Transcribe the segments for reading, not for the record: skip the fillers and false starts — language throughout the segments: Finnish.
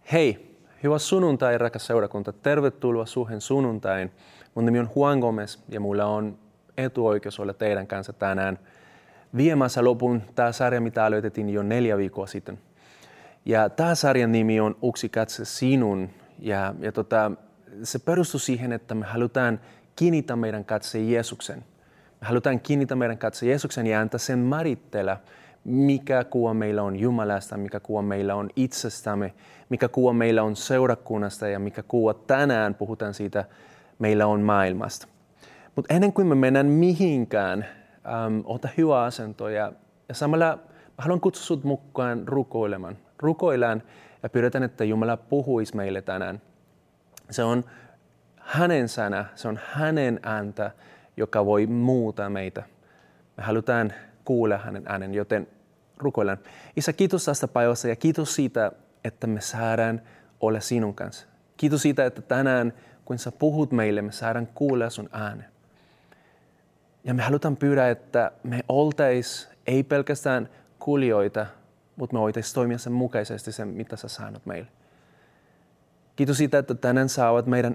Hei, hyvä sunnuntai, rakas seurakunta. Tervetuloa Suhen sunnuntain. Mun nimi on Juan Gomez ja mulla on etuoikeus olla teidän kanssa tänään viemässä lopun tämä sarja, mitä aloitettiin jo 4 viikkoa sitten. Ja tämä sarjan nimi on Yksi katse sinun. Ja se perustuu siihen, että me halutaan kiinnittää meidän katse Jeesuksen. Me halutaan kiinnittää meidän katse Jeesuksen ja antaa sen määrittellä, mikä kuva meillä on Jumalasta, mikä kuva meillä on itsestämme, mikä kuva meillä on seurakunnasta ja mikä kuva tänään puhutaan siitä meillä on maailmasta. Mutta ennen kuin me mennään mihinkään, ota hyvä asento ja samalla haluan kutsua sinut mukaan rukoilemaan. Rukoillaan ja pyydetään, että Jumala puhuisi meille tänään. Se on hänen sana, se on hänen ääntä, joka voi muuttaa meitä. Me halutaan kuulla hänen äänen, joten rukoillaan. Isä, kiitos tästä päivästä ja kiitos siitä, että me saadaan olla sinun kanssa. Kiitos siitä, että tänään, kun sä puhut meille, me saadaan kuulla sun äänen. Ja me halutaan pyydä, että me oltaisiin ei pelkästään kuulijoita, mutta me voitaisiin toimia sen mukaisesti sen, mitä sä sanot meille. Kiitos siitä, että tänään saavat meidän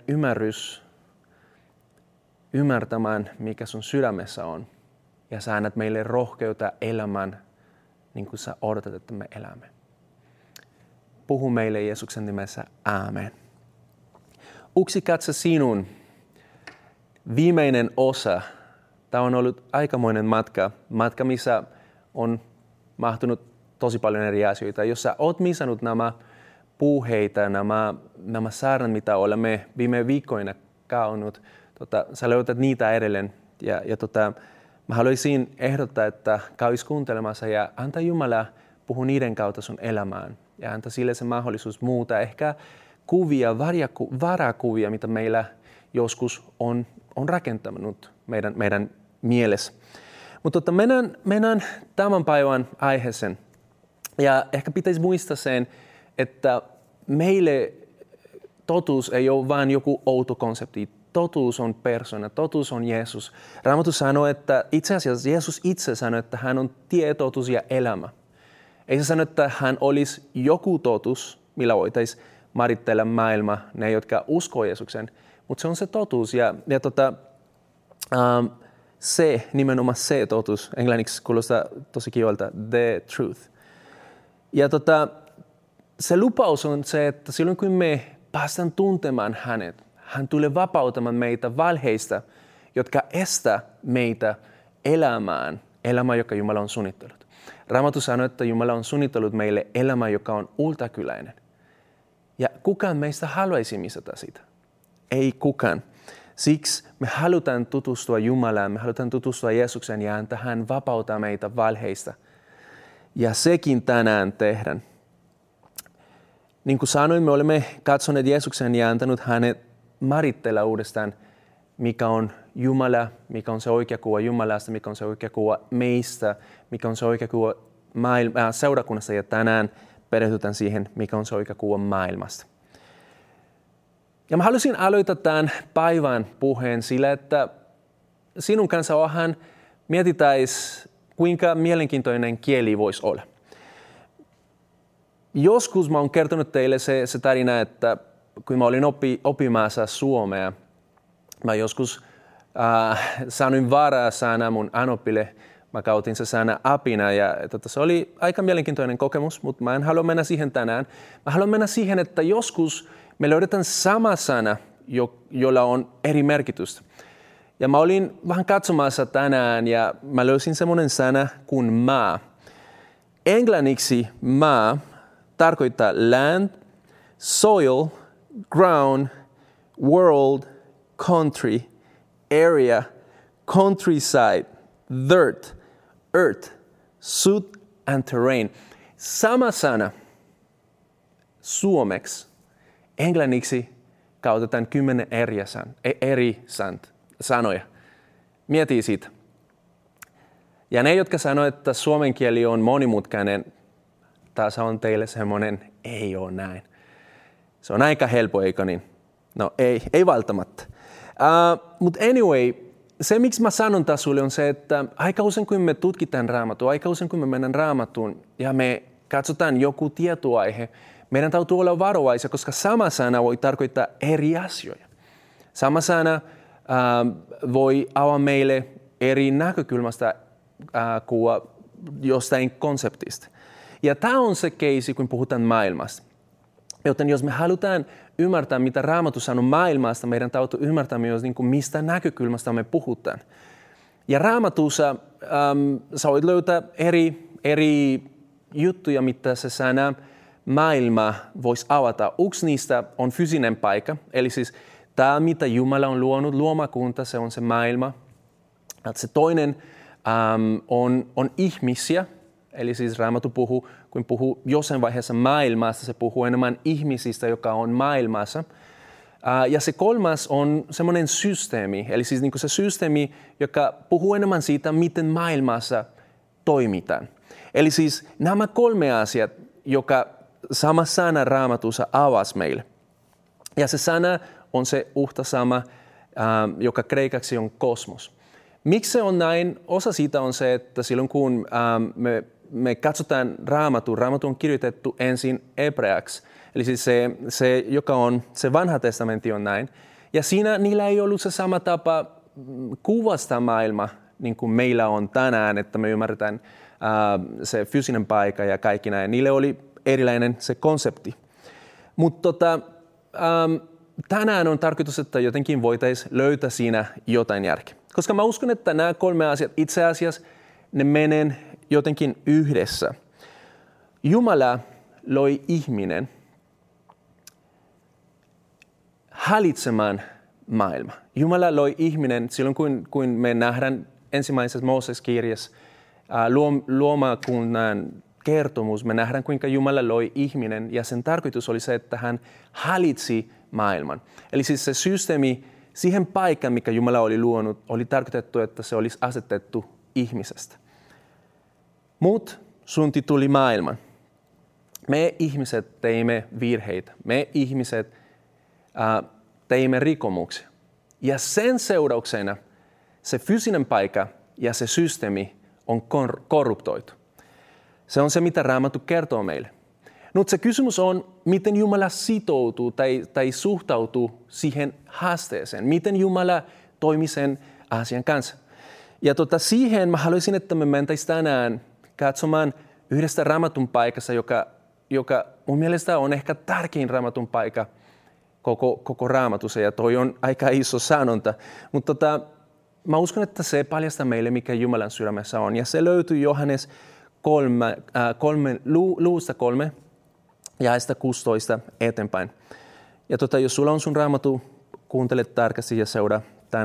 ymmärtämään, mikä sun sydämessä on. Ja sä annat meille rohkeutta elämään, niin kuin sä odotat, että me elämme. Puhu meille Jeesuksen nimessä. Aamen. Yksi katse sinun. Viimeinen osa. Tämä on ollut aikamoinen matka, missä on mahtunut tosi paljon eri asioita. Jos sä oot missannut nämä puheita, nämä saarnat, mitä olemme viime viikkoina käynyt, sä löydät niitä edelleen. Mä haluaisin ehdottaa, että kävisi kuuntelemassa ja antaa Jumala puhua niiden kautta sun elämään. Ja antaa sille se mahdollisuus muuta ehkä kuvia, varakuvia, mitä meillä joskus on rakentanut meidän mielessä. Mutta mennään tämän päivän aiheeseen. Ja ehkä pitäisi muistaa sen, että meille totuus ei ole vain joku outo konsepti. Totuus on persona, totuus on Jeesus. Raamattu sanoo, että itse asiassa Jeesus itse sanoi, että hän on tie, totuus ja elämä. Ei se sano, että hän olisi joku totuus, millä voitaisiin määritellä maailma, ne jotka uskoo Jeesuksen, mutta se on se totuus. Se, nimenomaan se totuus, englanniksi kuulostaa tosi kivalta, the truth. Ja se lupaus on se, että silloin kun me päästään tuntemaan hänet, hän tulee vapautamaan meitä valheista, jotka estää meitä elämää, joka Jumala on suunnitellut. Raamattu sanoo, että Jumala on suunnitellut meille elämää, joka on ultakyläinen. Ja kukaan meistä haluaisi misata sitä. Ei kukaan. Siksi me halutaan tutustua Jumalaan, me halutaan tutustua Jeesukseen ja antaa hän vapauttaa meitä valheista. Ja sekin tänään tehdään. Niin kuin sanoin, me olemme katsoneet Jeesuksen ja antanut hänet määritellä uudestaan, mikä on Jumala, mikä on se oikea kuva Jumalasta, mikä on se oikea kuva meistä, mikä on se oikea kuva seurakunnasta ja tänään perehdytään siihen, mikä on se oikea kuva maailmasta. Ja mä haluaisin aloittaa tämän päivän puheen sillä, että sinun kanssa vähän mietitäis, kuinka mielenkiintoinen kieli voisi olla. Joskus mä oon kertonut teille se tarina, että kun mä olin oppimassa suomea, mä joskus sanoin sana mun anopille. Mä kautin se sana apina ja se oli aika mielenkiintoinen kokemus, mutta mä en halua mennä siihen tänään. Mä haluan mennä siihen, että joskus me löydetään sama sana, jolla on eri merkitystä. Ja mä olin vähän katsomassa tänään ja mä löysin semmoinen sana kuin maa. Englanniksi maa tarkoittaa land, soil, ground, world, country, area, countryside, dirt, earth, soot and terrain. Sama sana suomeksi, englanniksi käytetään 10 eri sanoja. Mieti siitä. Ja ne, jotka sanoo, että suomen kieli on monimutkainen, taas on teille semmoinen, ei ole näin. Se on aika helppo, eikö niin? No ei välttämättä. Mutta anyway, se miksi mä sanon tässä sulle on se, että aika usein kun me tutkitaan Raamattua, aika usein kun me mennään Raamattuun ja me katsotaan joku tietoaihe, meidän täytyy olla varovaisia, koska sama sana voi tarkoittaa eri asioita. Sama sana voi avaa meille eri näkökulmasta kuin jostain konseptista. Ja tämä on se keisi, kun puhutaan maailmasta. Joten jos me halutaan ymmärtää, mitä Raamattu sanoo maailmasta, meidän täytyy ymmärtää myös, mistä näkökulmasta me puhutaan. Ja Raamatussa sä voit löytää eri juttuja, mitä se sana maailma voisi avata. Yksi niistä on fyysinen paikka, eli siis tämä, mitä Jumala on luonut, luomakunta, se on se maailma. Se toinen on ihmisiä, eli siis Raamattu kun puhuu jossain vaiheessa maailmasta, se puhuu enemmän ihmisistä, joka on maailmassa. Ja se kolmas on semmoinen systeemi, eli siis se systeemi, joka puhuu enemmän siitä, miten maailmassa toimitaan. Eli siis nämä kolme asiat, joka sama sana Raamatussa avasi meille. Ja se sana on se yhtä sama, joka kreikaksi on kosmos. Miksi se on näin? Osa siitä on se, että silloin kun me katsotaan Raamattu on kirjoitettu ensin hebreaksi. Eli siis se, joka on se vanha testamentti on näin. Ja siinä niillä ei ollut se sama tapa kuvasta maailma, niin kuin meillä on tänään, että me ymmärretään se fyysinen paikka ja kaikki näin. Niille oli erilainen se konsepti. Mutta tänään on tarkoitus, että jotenkin voitaisiin löytää siinä jotain järkeä. Koska mä uskon, että nämä kolme asiat itse asiassa ne menee jotenkin yhdessä. Jumala loi ihminen hallitsemaan maailma. Jumala loi ihminen silloin, kun me nähdään ensimmäisessä Mooses-kirjassa luomakunnan kertomus. Me nähdään, kuinka Jumala loi ihminen ja sen tarkoitus oli se, että hän hallitsi maailman. Eli siis se systeemi siihen paikkaan, mikä Jumala oli luonut, oli tarkoitettu, että se olisi asetettu ihmisestä. Mut synti tuli maailman. Me ihmiset teimme virheitä. Me ihmiset teimme rikomuksia. Ja sen seurauksena se fyysinen paikka ja se systeemi on korruptoitu. Se on se, mitä Raamattu kertoo meille. Nyt se kysymys on, miten Jumala sitoutuu tai suhtautuu siihen haasteeseen. Miten Jumala toimii sen asian kanssa. Ja siihen mä haluaisin, että me mentäisiin tänään katsomaan yhdestä Raamatun paikassa, joka mun mielestä on ehkä tärkein Raamatun paikka koko Raamatussa. Ja toi on aika iso sanonta. Mutta mä uskon, että se paljastaa meille, mikä Jumalan sydämessä on. Ja se löytyy Johannes 3 jaesta 16 eteenpäin. Ja jos sulla on sun Raamattu, kuuntele tarkasti ja seuraa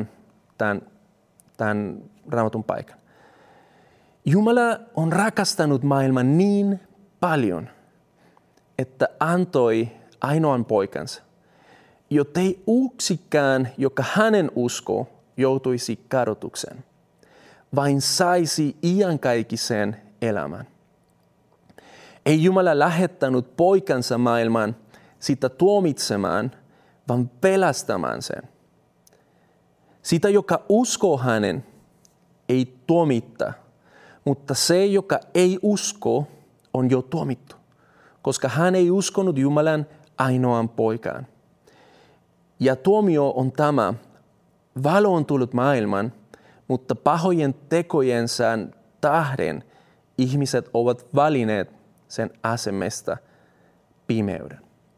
tämän Raamatun paikan. Jumala on rakastanut maailman niin paljon, että antoi ainoan poikansa, jottei yksikään, joka hänen uskoo, joutuisi kadotukseen, vain saisi iankaikkisen elämän. Ei Jumala lähettänyt poikansa maailmaan sitä tuomitsemaan, vaan pelastamaan sen. Sitä, joka uskoo hänen, ei tuomitta, mutta se, joka ei usko, on jo tuomittu, koska hän ei uskonut Jumalan ainoaan poikaan. Ja tuomio on tämä: valo on tullut maailmaan, mutta pahojen tekojensa tähden ihmiset ovat valinneet sen asemesta pimeyden.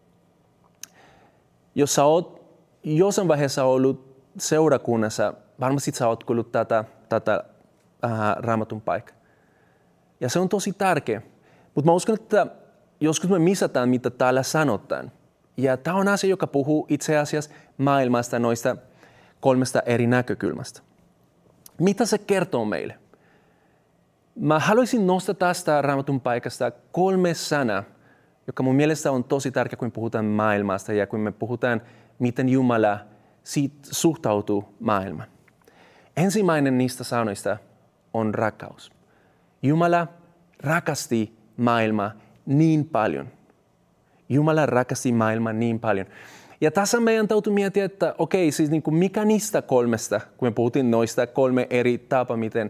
Jos sä oot jossain vaiheessa ollut seurakunnassa, varmasti sä oot kuullut tätä Raamatun paikkaa. Ja se on tosi tärkeä. Mutta mä uskon, että joskus me misataan, mitä täällä sanotaan. Ja tämä on asia, joka puhuu itse asiassa maailmasta noista kolmesta eri näkökulmasta. Mitä se kertoo meille? Mä haluaisin nostaa tästä Raamatun paikasta 3 sanaa, joka mun mielestä on tosi tärkeä, kun puhutaan maailmasta ja kun me puhutaan, miten Jumala suhtautuu maailmaan. Ensimmäinen niistä sanoista on rakkaus. Jumala rakasti maailmaa niin paljon. Jumala rakasti maailmaa niin paljon. Ja tässä meidän täytyy miettiä, että siis mikä niistä kolmesta, kun me puhuttiin noista 3 eri tapaa, miten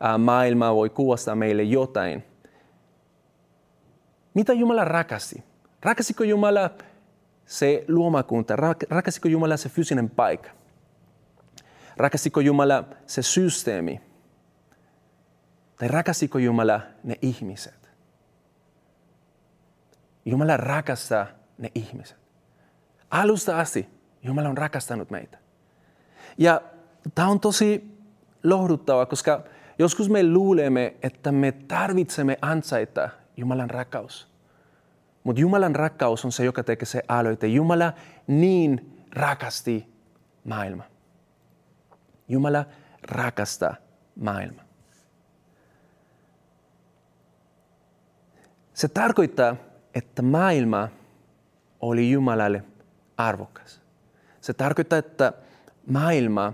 maailma voi kuvastaa meille jotain. Mitä Jumala rakasti? Rakastiko Jumala se luomakunta? Rakastiko Jumala se fyysinen paikka? Rakastiko Jumala se systeemi? Tai rakastiko Jumala ne ihmiset? Jumala rakastaa ne ihmiset. Alusta asti Jumala on rakastanut meitä. Ja tämä on tosi lohduttavaa, koska joskus me luulemme, että me tarvitsemme ansaita Jumalan rakkaus. Mutta Jumalan rakkaus on se, joka tekee se aloite. Jumala niin rakasti maailma. Jumala rakastaa maailma. Se tarkoittaa, että maailma oli Jumalalle arvokas. Se tarkoittaa, että maailma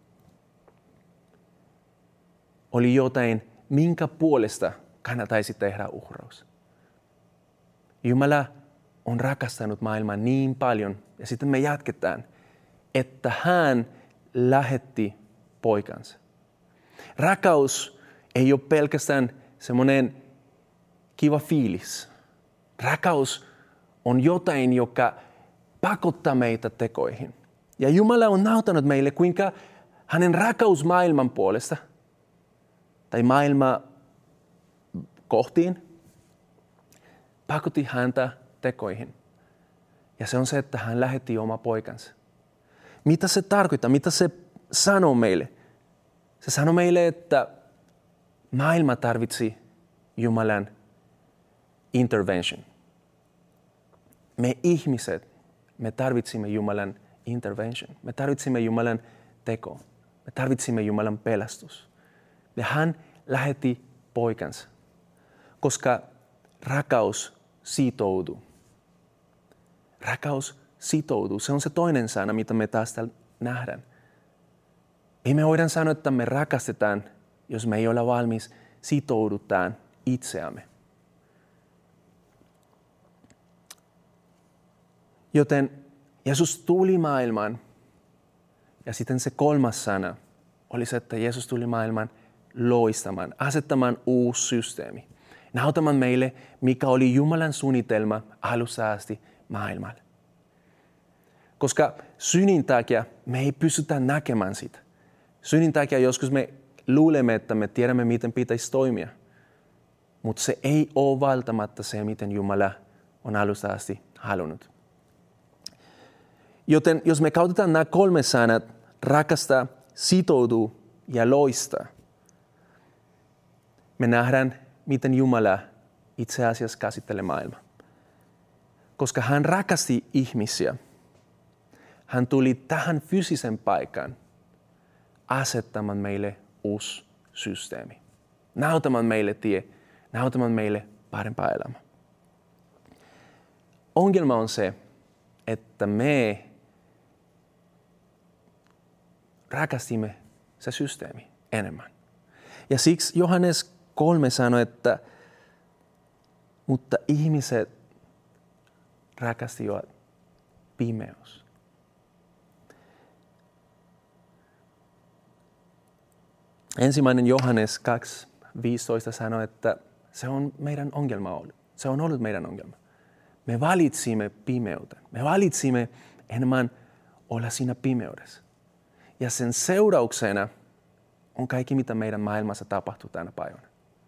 oli jotain, minkä puolesta kannattaisi tehdä uhraus. Jumala on rakastanut maailmaa niin paljon, ja sitten me jatketaan, että hän lähetti poikansa. Rakkaus ei ole pelkästään semmoinen kiva fiilis. Rakkaus on jotain, joka pakottaa meitä tekoihin. Ja Jumala on näyttänyt meille, kuinka hänen rakkaus maailman puolesta tai maailma kohtiin pakotti häntä tekoihin. Ja se on se, että hän lähetti oma poikansa. Mitä se tarkoittaa? Mitä se sanoo meille? Se sanoo meille, että maailma tarvitsi Jumalan intervention. Me ihmiset, me tarvitsimme Jumalan intervention. Me tarvitsimme Jumalan teko. Me tarvitsimme Jumalan pelastus. Ja hän lähetti poikansa, koska rakkaus sitoutuu. Rakkaus sitoutuu. Se on se toinen sana, mitä me taas nähdään. Ei me voida sanoa, että me rakastetaan, jos me ei ole valmis sitoudutaan itseämme. Joten Jeesus tuli maailmaan ja sitten se kolmas sana oli se, että Jeesus tuli maailmaan loistamaan, asettamaan uusi systeemi. Näytämään meille, mikä oli Jumalan suunnitelma alusta asti maailmalle. Koska synnin takia me ei pystytä näkemään sitä. Synnin takia joskus me luulemme, että me tiedämme, miten pitäisi toimia. Mutta se ei ole välttämättä se, miten Jumala on alusta asti halunnut. Joten jos me käytetään nämä kolme sanat, rakastaa, sitoutuu ja loistaa, me nähdään, miten Jumala itse asiassa käsittelee maailmaa. Koska hän rakasti ihmisiä, hän tuli tähän fyysisen paikan asettamaan meille uusi systeemi. Näytämään meille tie, näytämään meille parempaa elämää. Ongelma on se, että me rakastimme se systeemi enemmän. Ja siksi Johannes 3 sanoi, että mutta ihmiset rakastivat pimeys. Ensimmäinen Johannes 2:15 sanoi, että se on meidän ongelma ollut. Se on ollut meidän ongelma. Me valitsimme pimeyden. Me valitsimme enemmän olla siinä pimeydessä. Ja sen seurauksena on kaikki, mitä meidän maailmassa tapahtuu tänä päivänä.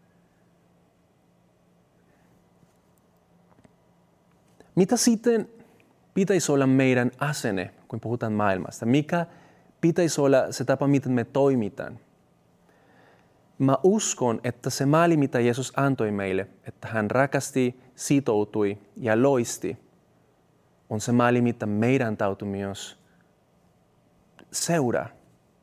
Mitä sitten pitäisi olla meidän asenne, kun puhutaan maailmasta? Mikä pitäisi olla se tapa, miten me toimitaan? Mä uskon, että se maali, mitä Jeesus antoi meille, että hän rakasti, sitoutui ja loisti, on se maali, mitä meidän täytyy myös seuraa.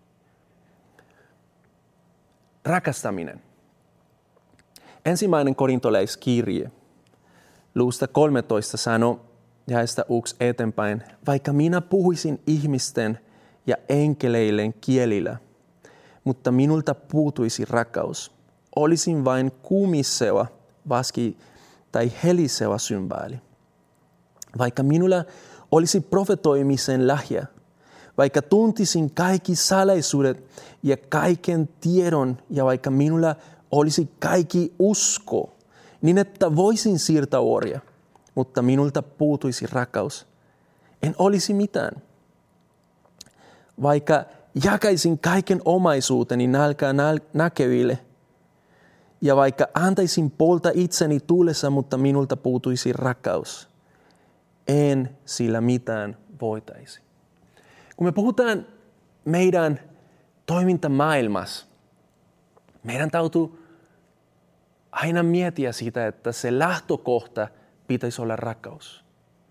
Rakastaminen. Ensimmäinen korintolaiskirje, luvusta 13 sanoo, jaesta 1 eteenpäin, vaikka minä puhuisin ihmisten ja enkeleiden kielillä, mutta minulta puutuisi rakkaus. Olisin vain kumiseva vaski tai heliseva symbaali. Vaikka minulla olisi profetoimisen lahja, vaikka tuntisin kaikki salaisuudet ja kaiken tiedon ja vaikka minulla olisi kaikki usko, niin että voisin siirtää orja, mutta minulta puutuisi rakkaus, en olisi mitään. Vaikka jakaisin kaiken omaisuuteni nälkää näkeville, ja vaikka antaisin polta itseni tuulessa, mutta minulta puutuisi rakkaus, en sillä mitään voitaisi. Kun me puhutaan meidän toimintamaailmassa, meidän täytyy aina miettiä sitä, että se lähtökohta pitäisi olla rakkaus.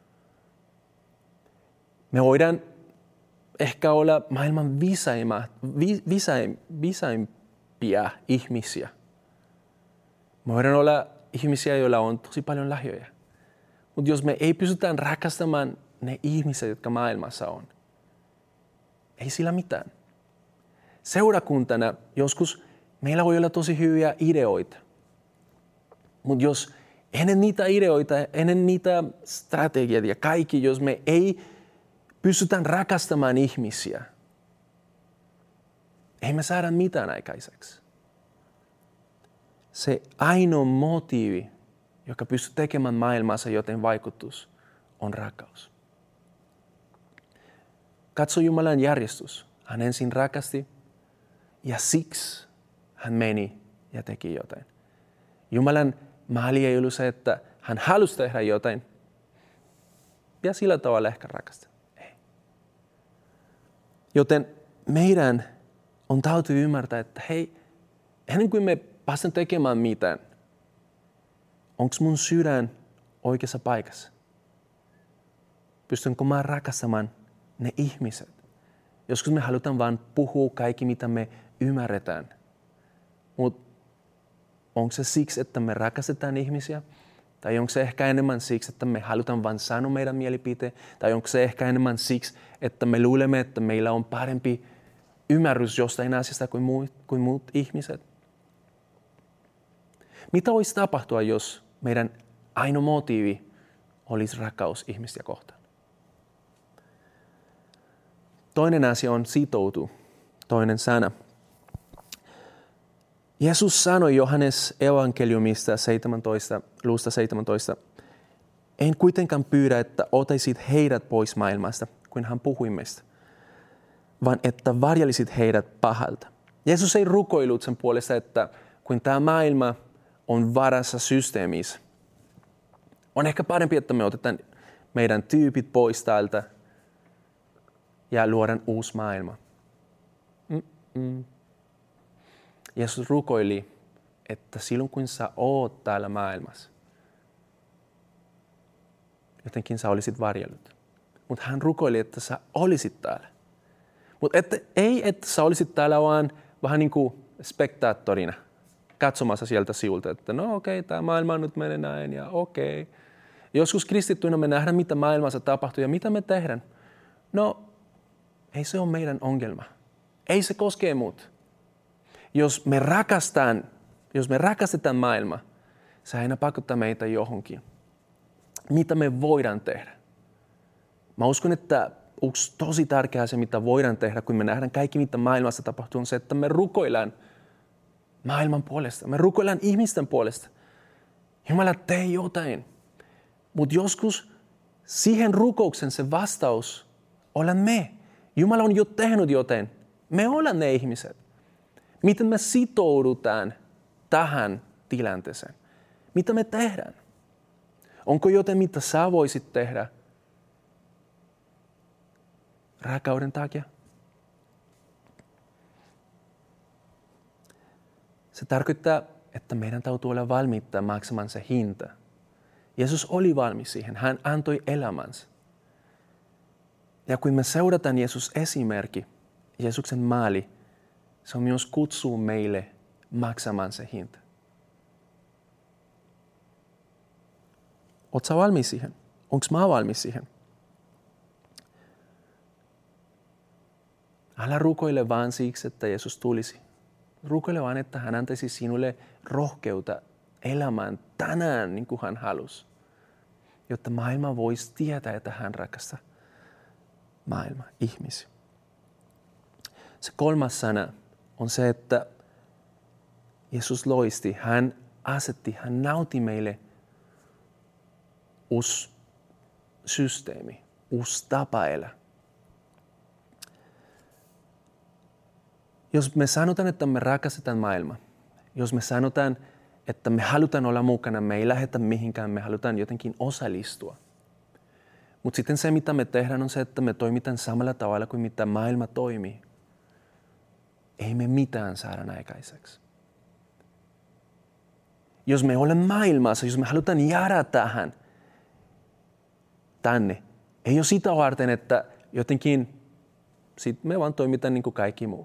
Me voidaan ehkä olla maailman visaimpia ihmisiä. Me voidaan olla ihmisiä, joilla on tosi paljon lahjoja. Mutta jos me ei pystytä rakastamaan ne ihmiset, jotka maailmassa on, ei sillä mitään. Seurakuntana joskus meillä voi olla tosi hyviä ideoita. Mutta jos ennen niitä ideoita, ennen niitä strategioita ja kaikki, jos me ei pystytään rakastamaan ihmisiä, ei me saada mitään aikaiseksi. Se ainoa motiivi, joka pystyy tekemään maailmassa joten vaikutus, on rakkaus. Katso Jumalan järjestys. Hän ensin rakasti ja siksi hän meni ja teki jotain. Jumalan maali ei ollut se, että hän halusi tehdä jotain ja sillä tavalla ehkä rakastaa. Ei. Joten meidän on täytyy ymmärtää, että hei, ennen kuin me päästään tekemään mitään, onko mun sydän oikeassa paikassa? Pystynkö mä rakastamaan ne ihmiset? Joskus me halutaan vain puhua kaikki, mitä me ymmärretään. Mutta onko se siksi, että me rakastetaan ihmisiä? Tai onko se ehkä enemmän siksi, että me halutaan vain sanoa meidän mielipiteen? Tai onko se ehkä enemmän siksi, että me luulemme, että meillä on parempi ymmärrys jostain asiasta kuin muut ihmiset? Mitä voisi tapahtua, jos meidän ainoa motiivi olisi rakkaus ihmisiä kohtaan? Toinen asia on sitoutua, toinen sana. Jeesus sanoi Johannes evankeliumista 17, en kuitenkaan pyydä, että otaisit heidät pois maailmasta, kun hän puhui meistä, vaan että varjelisit heidät pahalta. Jeesus ei rukoillut sen puolesta, että kun tämä maailma on varassa systeemissä, on ehkä parempi, että me otetaan meidän tyypit pois täältä ja luodaan uusi maailma. Jeesus rukoili, että silloin kun sä oot täällä maailmassa, jotenkin sä olisit varjellut. Mutta hän rukoili, että sä olisit täällä. Mutta ei, että sä olisit täällä vaan vähän niin kuin spektaattorina, katsomassa sieltä sivulta, että no okei, tämä maailma nyt menee näin ja okei. Joskus kristittyinä me nähdään, mitä maailmassa tapahtuu ja mitä me tehdään. No, ei se ole meidän ongelma. Ei se koskee muut. Jos me rakastetaan maailmaa, se aina pakottaa meitä johonkin. Mitä me voidaan tehdä? Mä uskon, että yksi tosi tärkeä asia, mitä voidaan tehdä, kun me nähdään kaikki, mitä maailmassa tapahtuu, on se, että me rukoillaan maailman puolesta. Me rukoillaan ihmisten puolesta. Jumala, tee jotain. Mutta joskus siihen rukouksen se vastaus ollaan me. Jumala on jo tehnyt jotain. Me ollaan ne ihmiset. Miten me sitoudutaan tähän tilanteeseen? Mitä me tehdään? Onko jotain, mitä sä voisit tehdä rakkauden takia? Se tarkoittaa, että meidän täytyy olla valmiita maksamaan se hinta. Jeesus oli valmis siihen. Hän antoi elämänsä. Ja kun me seurataan Jeesus esimerkki, Jeesuksen maali, se on myös kutsuu meille maksamaan se hinta. Oletko sä valmis siihen? Onko mä valmis siihen? Älä rukoile vaan siksi, että Jeesus tulisi. Rukoile vaan, että hän antaisi sinulle rohkeutta elämään tänään niin kuin hän halusi. Jotta maailma voisi tietää, että hän rakastaa maailmaa, ihmisiä. Se kolmas sana on se, että Jeesus loisti, hän nauti meille uusi systeemi, uusi tapa elää. Jos me sanotaan, että me rakastetaan maailmaa, jos me sanotaan, että me halutaan olla mukana, me ei lähetä mihinkään, me halutaan jotenkin osallistua. Mutta sitten se, mitä me tehdään, on se, että me toimitaan samalla tavalla kuin mitä maailma toimii. Ei me mitään saada aikaiseksi. Jos me olemme maailmassa, jos me halutaan jäädä tänne, ei ole sitä varten, että jotenkin sit me vaan toimitaan niin kuin kaikki muu.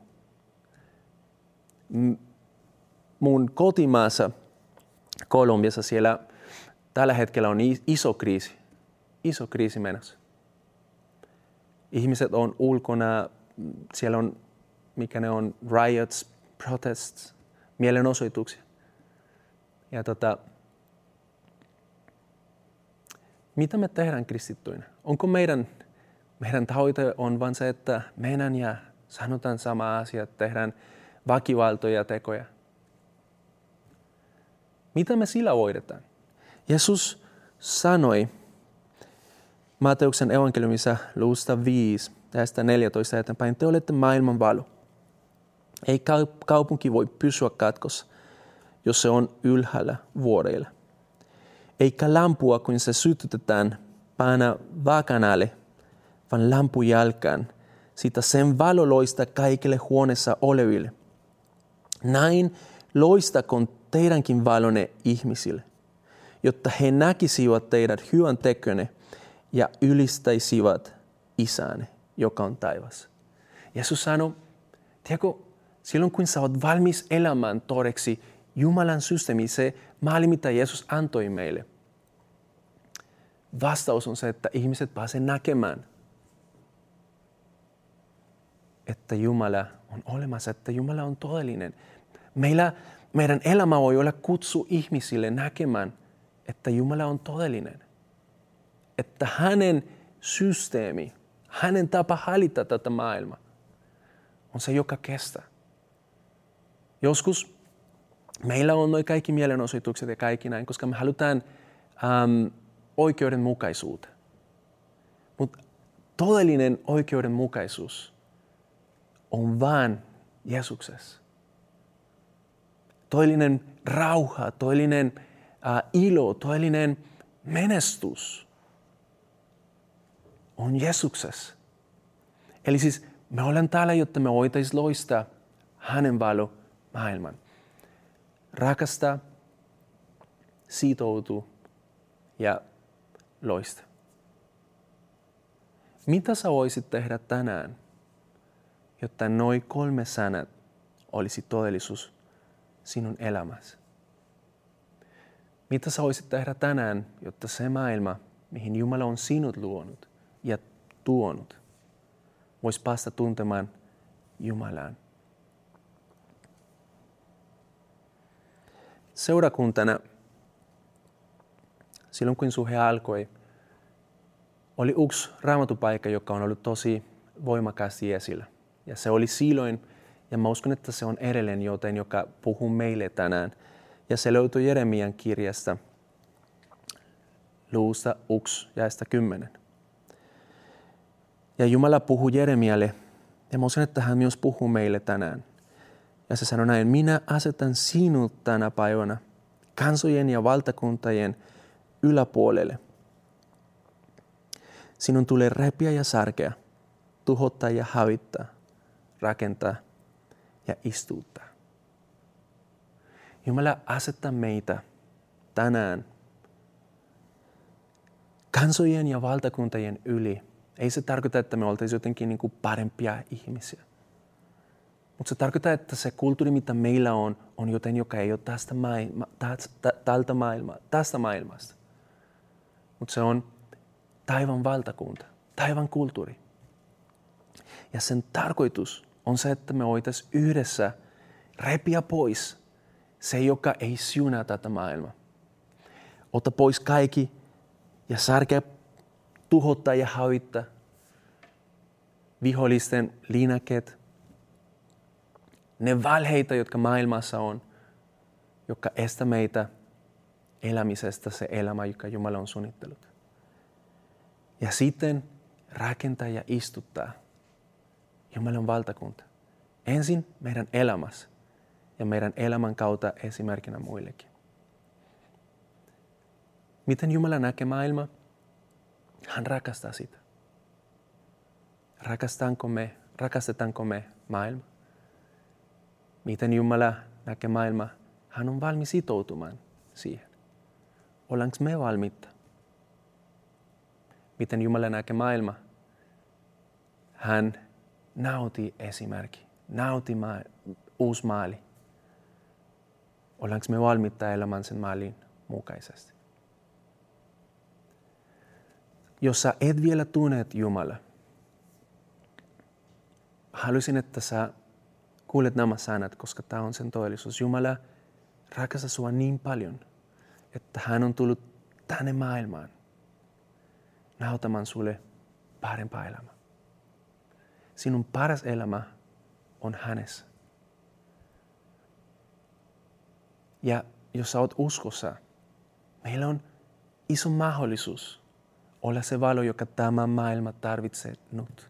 Mun kotimaassa Kolumbiassa siellä tällä hetkellä on iso kriisi menossa. Ihmiset on ulkona, siellä on, mikä ne on, riots, protests, mielenosoituksia. Ja mitä me tehdään kristittyinä? Onko meidän tavoite on vain se, että mennään ja sanotaan sama asia, tehdään väkivaltoja tekoja? Mitä me sillä voidetaan? Jeesus sanoi Matteuksen evankeliumissa luvusta 5, tästä 14 eteenpäin, te olette maailman valo. Ei kaupunki voi pysyä katkossa, jos se on ylhäällä vuoreilla. Eikä lampua, kun se sytytetään, panna vakan alle, vaan lampun jalkaan. Siitä sen valo loistaa kaikille huoneessa oleville. Näin loistakoon teidänkin valonne ihmisille, jotta he näkisivät teidät hyvän tekönne ja ylistäisivät Isänne, joka on taivassa. Jeesus sanoi, tiedätkö, silloin kun sä oot valmis elämään todeksi Jumalan systeemi, se malli, mitä Jeesus antoi meille. Vastaus on se, että ihmiset pääsevät näkemään, että Jumala on olemassa, että Jumala on todellinen. Meidän elämä voi olla kutsu ihmisille näkemään, että Jumala on todellinen. Että hänen systeemi, hänen tapa hallita tätä maailmaa on se, joka kestää. Joskus meillä on noi kaikki mielenosoitukset ja kaikki näin, koska me halutaan oikeudenmukaisuutta. Mutta todellinen oikeudenmukaisuus on vain Jeesuksessa. Todellinen rauha, todellinen ilo, todellinen menestys on Jeesuksessa. Eli siis me olemme täällä, jotta me voitaisiin loistaa hänen valo maailman. Rakastaa, sitoutua ja loistaa. Mitä sä voisit tehdä tänään, jotta noi 3 sanat olisi todellisuus sinun elämässä? Mitä sä voisit tehdä tänään, jotta se maailma, mihin Jumala on sinut luonut ja tuonut, voisi päästä tuntemaan Jumalaan? Seurakuntana, silloin kun suhe alkoi, oli yksi raamatupaikka, joka on ollut tosi voimakkaasti esillä. Ja se oli silloin, ja mä uskon, että se on edelleen joten, joka puhuu meille tänään. Ja se löytyi Jeremian kirjasta luvusta 1 jaesta 10. Ja Jumala puhuu Jeremialle, ja mä uskon, että hän myös puhuu meille tänään. Ja se sanoi näin, minä asetan sinut tänä päivänä kansojen ja valtakuntien yläpuolelle. Sinun tulee repiä ja särkeä, tuhottaa ja hävittää, rakentaa ja istuttaa. Jumala asettaa meitä tänään kansojen ja valtakuntien yli. Ei se tarkoita, että me oltaisiin jotenkin niin kuin parempia ihmisiä. Mutta se tarkoittaa, että se kulttuuri, mitä meillä on joten, joka ei ole tästä maailmasta. Mutta se on taivaan valtakunta, taivaan kulttuuri. Ja sen tarkoitus on se, että me voitaisiin yhdessä repiä pois se, joka ei siunaa tätä maailmaa. Ota pois kaikki ja särkeä, tuhottaa ja hävittää vihollisten linäket, ne valheita, jotka maailmassa on, jotka estää meitä elämisestä se elämä, joka Jumala on suunnittelut. Ja sitten rakentaa ja istuttaa Jumalan valtakunta. Ensin meidän elämässä ja meidän elämän kautta esimerkkinä muillekin. Miten Jumala näkee maailmaa? Hän rakastaa sitä. Rakastetaanko me maailmaa? Miten Jumala näkee maailmaa? Hän on valmis sitoutumaan siihen. Ollaanko me valmiita? Miten Jumala näkee maailmaa? Hän nautii esimerkki, nautii uusi maali. Ollaanko me valmiita elämään sen maalin mukaisesti? Jos sä et vielä tunnet Jumala, haluaisin, että sä kuulet nämä sanat, koska tämä on sen todellisuus. Jumala rakastaa sua niin paljon, että hän on tullut tänne maailmaan nautamaan sulle parempaa elämää. Sinun paras elämä on hänessä. Ja jos sä oot uskossa, meillä on iso mahdollisuus olla se valo, joka tämä maailma tarvitsee nyt.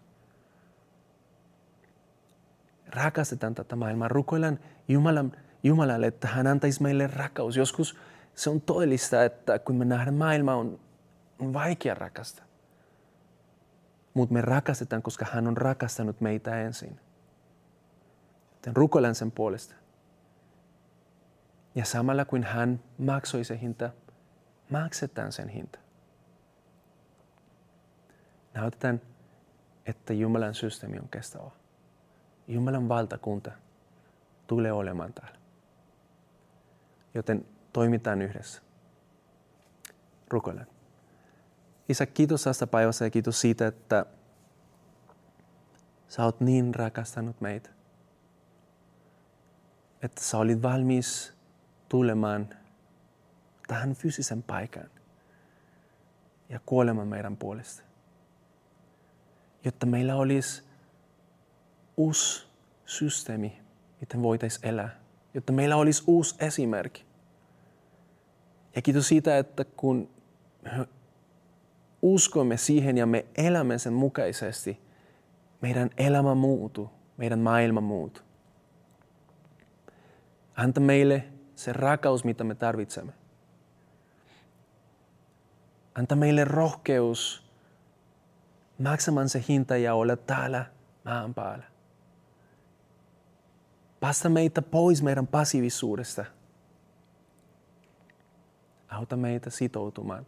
Rakastetaan tätä maailmaa. Rukoillaan Jumalalle, että hän antaisi meille rakkaus. Joskus se on todellista, että kun me nähdään maailmaa, on vaikea rakastaa. Mutta me rakastetaan, koska hän on rakastanut meitä ensin. Joten rukoillaan sen puolesta. Ja samalla kun hän maksoi se hinta, maksetaan sen hinta. Näytetään, että Jumalan systeemi on kestävä. Jumalan valtakunta tulee olemaan täällä. Joten toimitaan yhdessä. Rukoillaan. Isä, kiitos tästä päivästä ja kiitos siitä, että sä oot niin rakastanut meitä. Että sä olit valmis tulemaan tähän fyysisen paikan ja kuolemaan meidän puolesta. Jotta meillä olisi uusi systeemi, miten voitaisiin elää. Jotta meillä olisi uusi esimerkki. Ja kiitos siitä, että kun uskomme siihen ja me elämme sen mukaisesti, meidän elämä muuttuu, meidän maailma muuttuu. Anta meille se rakkaus, mitä me tarvitsemme. Anta meille rohkeus maksamaan se hinta ja olla täällä maan päällä. Päästä meitä pois meidän passiivisuudesta. Auta meitä sitoutumaan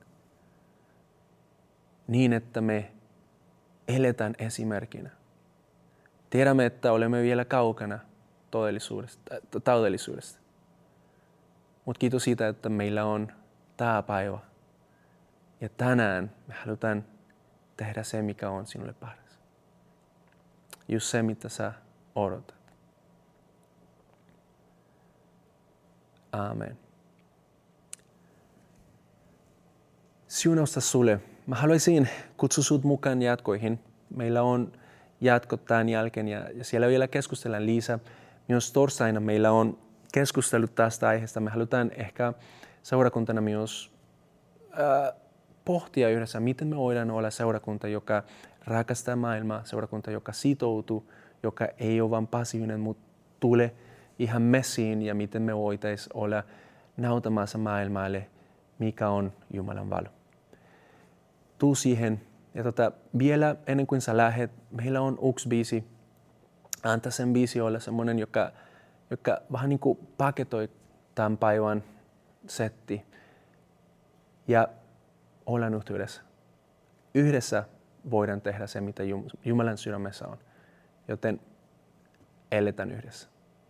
niin, että me eletään esimerkkinä. Tiedämme, että olemme vielä kaukana todellisuudesta. Mutta kiitos siitä, että meillä on tämä päivä. Ja tänään me halutaan tehdä se, mikä on sinulle paras. Just se, mitä sä odotat. Amen. Siunausta sulle. Mä haluaisin kutsua sut mukaan jatkoihin. Meillä on jatkot tämän jälkeen ja siellä vielä keskustellaan lisää. Myös torstaina meillä on keskustelut tästä aiheesta. Me halutaan ehkä seurakuntana myös pohtia yhdessä, miten me voidaan olla seurakunta, joka rakastaa maailmaa, seurakunta, joka sitoutuu, joka ei ole vain passiivinen, mutta tulee ihan messiin ja miten me voitaisiin olla nautamassa maailmalle, mikä on Jumalan valo. Tuu siihen ja vielä ennen kuin sä lähet, meillä on yksi biisi. Anta sen biisi olla semmoinen, joka vähän niin kuin paketoi tämän päivän setti. Ja ollaan yhteydessä. Yhdessä voidaan tehdä se, mitä Jumalan sydämessä on. Joten eletään yhdessä.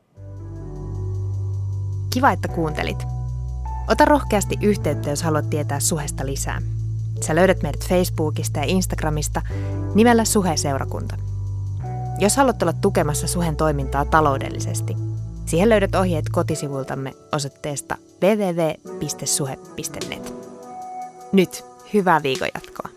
Kiva, että kuuntelit. Ota rohkeasti yhteyttä, jos haluat tietää Suhesta lisää. Sä löydät meidät Facebookista ja Instagramista nimellä Suhe-seurakunta. Jos haluat olla tukemassa Suhen toimintaa taloudellisesti, siihen löydät ohjeet kotisivuiltamme osoitteesta www.suhe.net. Nyt hyvää viikon jatkoa.